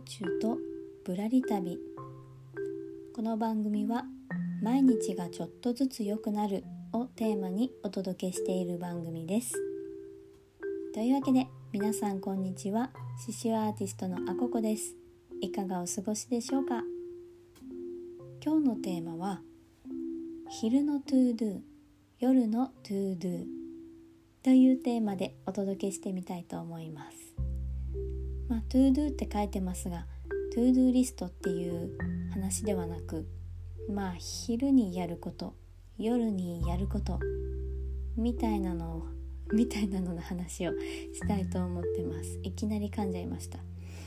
中とぶらり旅。この番組は毎日がちょっとずつ良くなるをテーマにお届けしている番組です。というわけで皆さんこんにちは。刺繍アーティストのあここです。いかがお過ごしでしょうか。今日のテーマは昼のトゥードゥ、夜のトゥードゥというテーマでお届けしてみたいと思います。トゥードゥって書いてますが、トゥードゥリストっていう話ではなく、昼にやること、夜にやることみたいなのの話をしたいと思ってます。いきなり噛んじゃいました。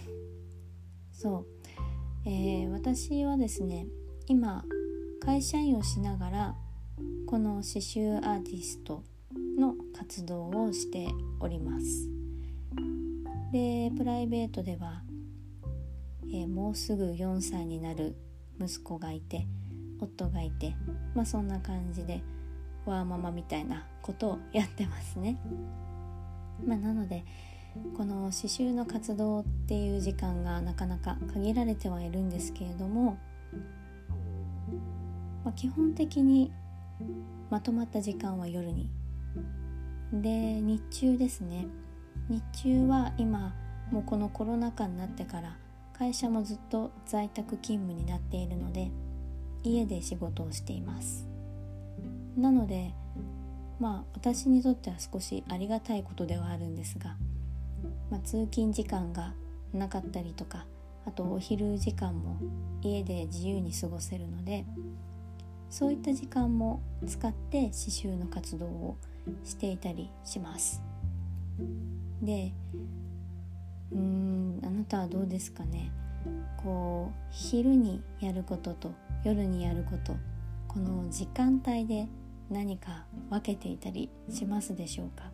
私はですね、今会社員をしながらこの刺繍アーティストの活動をしております。で、プライベートでは、もうすぐ4歳になる息子がいて、夫がいて、そんな感じでワーママみたいなことをやってますね。なのでこの刺繍の活動っていう時間がなかなか限られてはいるんですけれども、基本的にまとまった時間は夜に。で、日中ですね。日中は今もうこのコロナ禍になってから会社もずっと在宅勤務になっているので、家で仕事をしています。なので私にとっては少しありがたいことではあるんですが、通勤時間がなかったりとか、あとお昼時間も家で自由に過ごせるので、そういった時間も使って刺繍の活動をしていたりします。で、あなたはどうですかね。昼にやることと夜にやること、この時間帯で何か分けていたりしますでしょうか。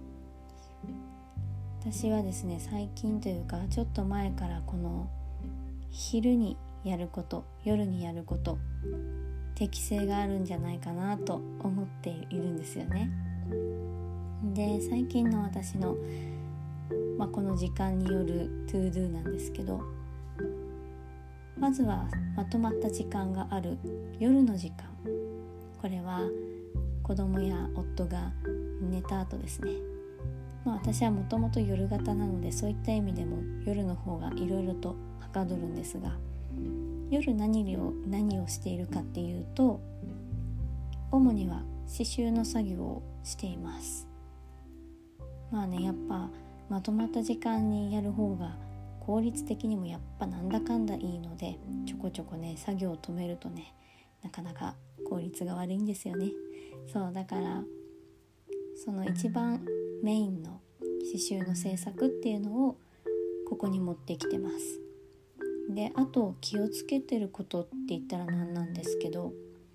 私はですね、最近というかちょっと前からこの昼にやること、夜にやること、適性があるんじゃないかなと思っているんですよね。で、最近の私の、この時間によるトゥードゥなんですけど、まずはまとまった時間がある夜の時間。これは子供や夫が寝た後ですね。私はもともと夜型なので、そういった意味でも夜の方がいろいろとはかどるんですが、夜何をしているかっていうと、主には刺繍の作業をしています。やっぱまとまった時間にやる方が効率的にもやっぱなんだかんだいいので、ちょこちょこ作業を止めるとなかなか効率が悪いんですよね。だからその一番メインの刺繍の制作っていうのをここに持ってきてます。で、あと気をつけてることって言ったら何なんですけど、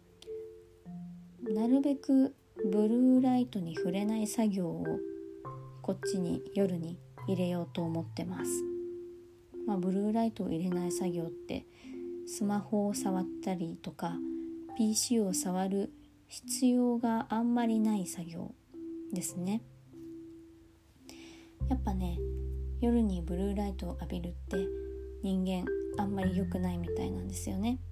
なるべくブルーライトに触れない作業をこっちに夜に入れようと思ってます。ブルーライトを入れない作業って、スマホを触ったりとか PC を触る必要があんまりない作業ですね。やっぱ夜にブルーライトを浴びるって人間あんまり良くないみたいなんですよね。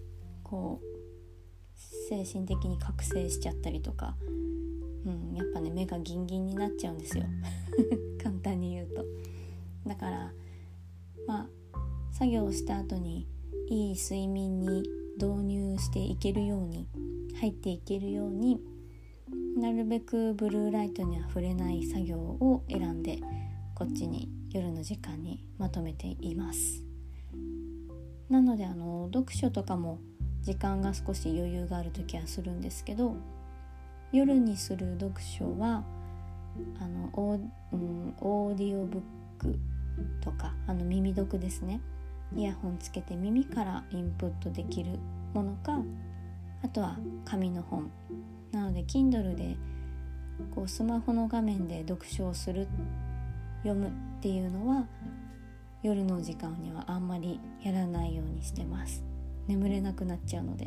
精神的に覚醒しちゃったりとか、やっぱ目がギンギンになっちゃうんですよ簡単に言うと。だから作業をした後にいい睡眠に導入していけるように、入っていけるように、なるべくブルーライトには触れない作業を選んで、こっちに夜の時間にまとめています。なので読書とかも時間が少し余裕があるときはするんですけど、夜にする読書はオーディオブックとか耳読ですね。イヤホンつけて耳からインプットできるものか、あとは紙の本なので Kindle でスマホの画面で読書を読むっていうのは夜の時間にはあんまりやらないようにしてます。眠れなくなっちゃうので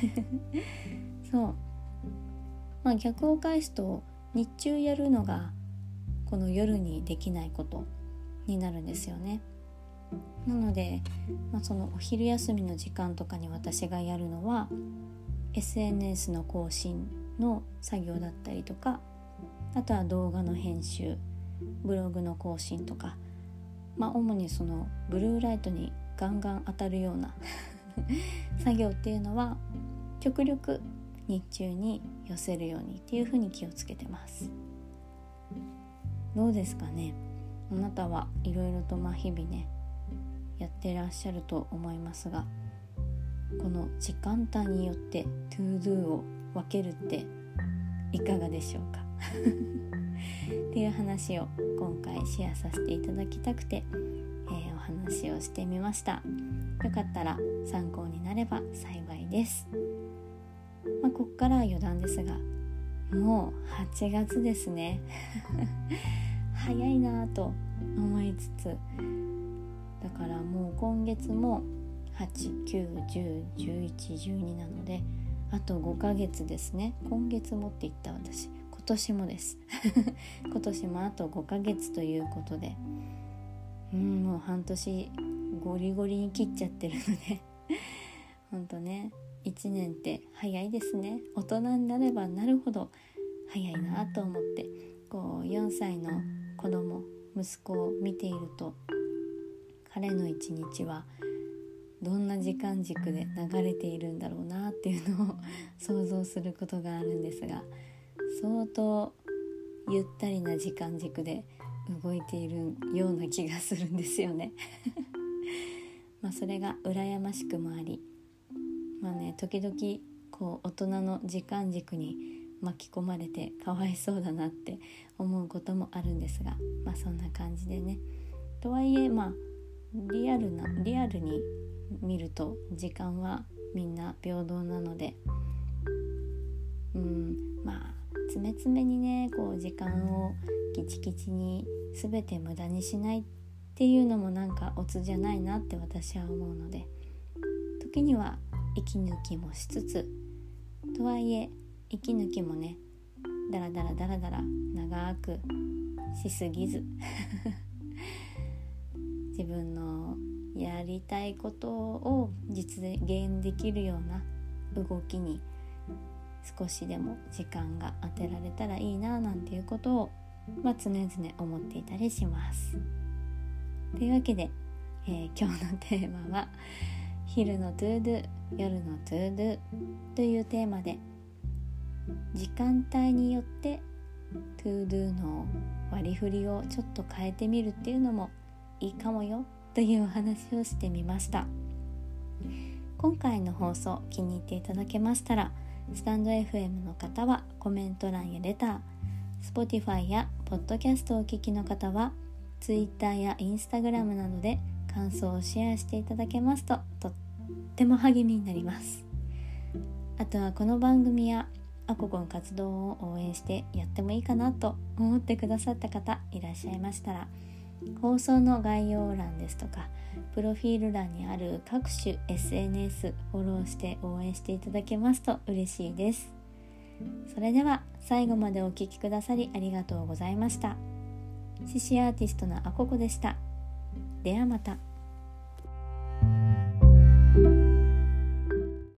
逆を返すと、日中やるのがこの夜にできないことになるんですよね。 なので、そのお昼休みの時間とかに私がやるのは SNS の更新の作業だったりとか、あとは動画の編集、ブログの更新とか、主にそのブルーライトにガンガン当たるような作業っていうのは極力日中に寄せるようにっていうふうに気をつけてます。どうですかね、あなたはいろいろと日々ねやってらっしゃると思いますが、この時間帯によってトゥードゥを分けるっていかがでしょうかっていう話を今回シェアさせていただきたくて、お話をしてみました。よかったら参考になれば幸いです。こっからは余談ですが、もう8月ですね早いなと思いつつ、だからもう今月も8、9、10、11、12なのであと5ヶ月ですね。今月もって言った私、今年もです今年もあと5ヶ月ということで、もう半年ゴリゴリに切っちゃってるのでほんとね、1年って早いですね。大人になればなるほど早いなと思って、4歳の子供、息子を見ていると、彼の一日はどんな時間軸で流れているんだろうなっていうのを想像することがあるんですが、相当ゆったりな時間軸で動いているような気がするんですよねそれが羨ましくもあり、時々大人の時間軸に巻き込まれてかわいそうだなって思うこともあるんですが、そんな感じでね。とはいえリアルに見ると時間はみんな平等なので、詰め詰めにね時間をキチキチに全て無駄にしないっていうのもオツじゃないなって私は思うので、時には息抜きもしつつ、とはいえ息抜きもねだらだら長くしすぎず自分のやりたいことを実現できるような動きに少しでも時間が当てられたらいいななんていうことを、常々思っていたりします。というわけで、今日のテーマは昼のトゥードゥ、夜のトゥードゥというテーマで、時間帯によってトゥードゥの割り振りをちょっと変えてみるっていうのもいいかもよというお話をしてみました。今回の放送気に入っていただけましたら、スタンド FM の方はコメント欄やレター、Spotify やポッドキャストをお聞きの方は Twitter や Instagram などで感想をシェアしていただけますととっても励みになります。あとはこの番組やアココの活動を応援してやってもいいかなと思ってくださった方いらっしゃいましたら、放送の概要欄ですとかプロフィール欄にある各種 SNS フォローして応援していただけますと嬉しいです。それでは最後までお聞きくださりありがとうございました。獅子アーティストのアココでした。ではまた。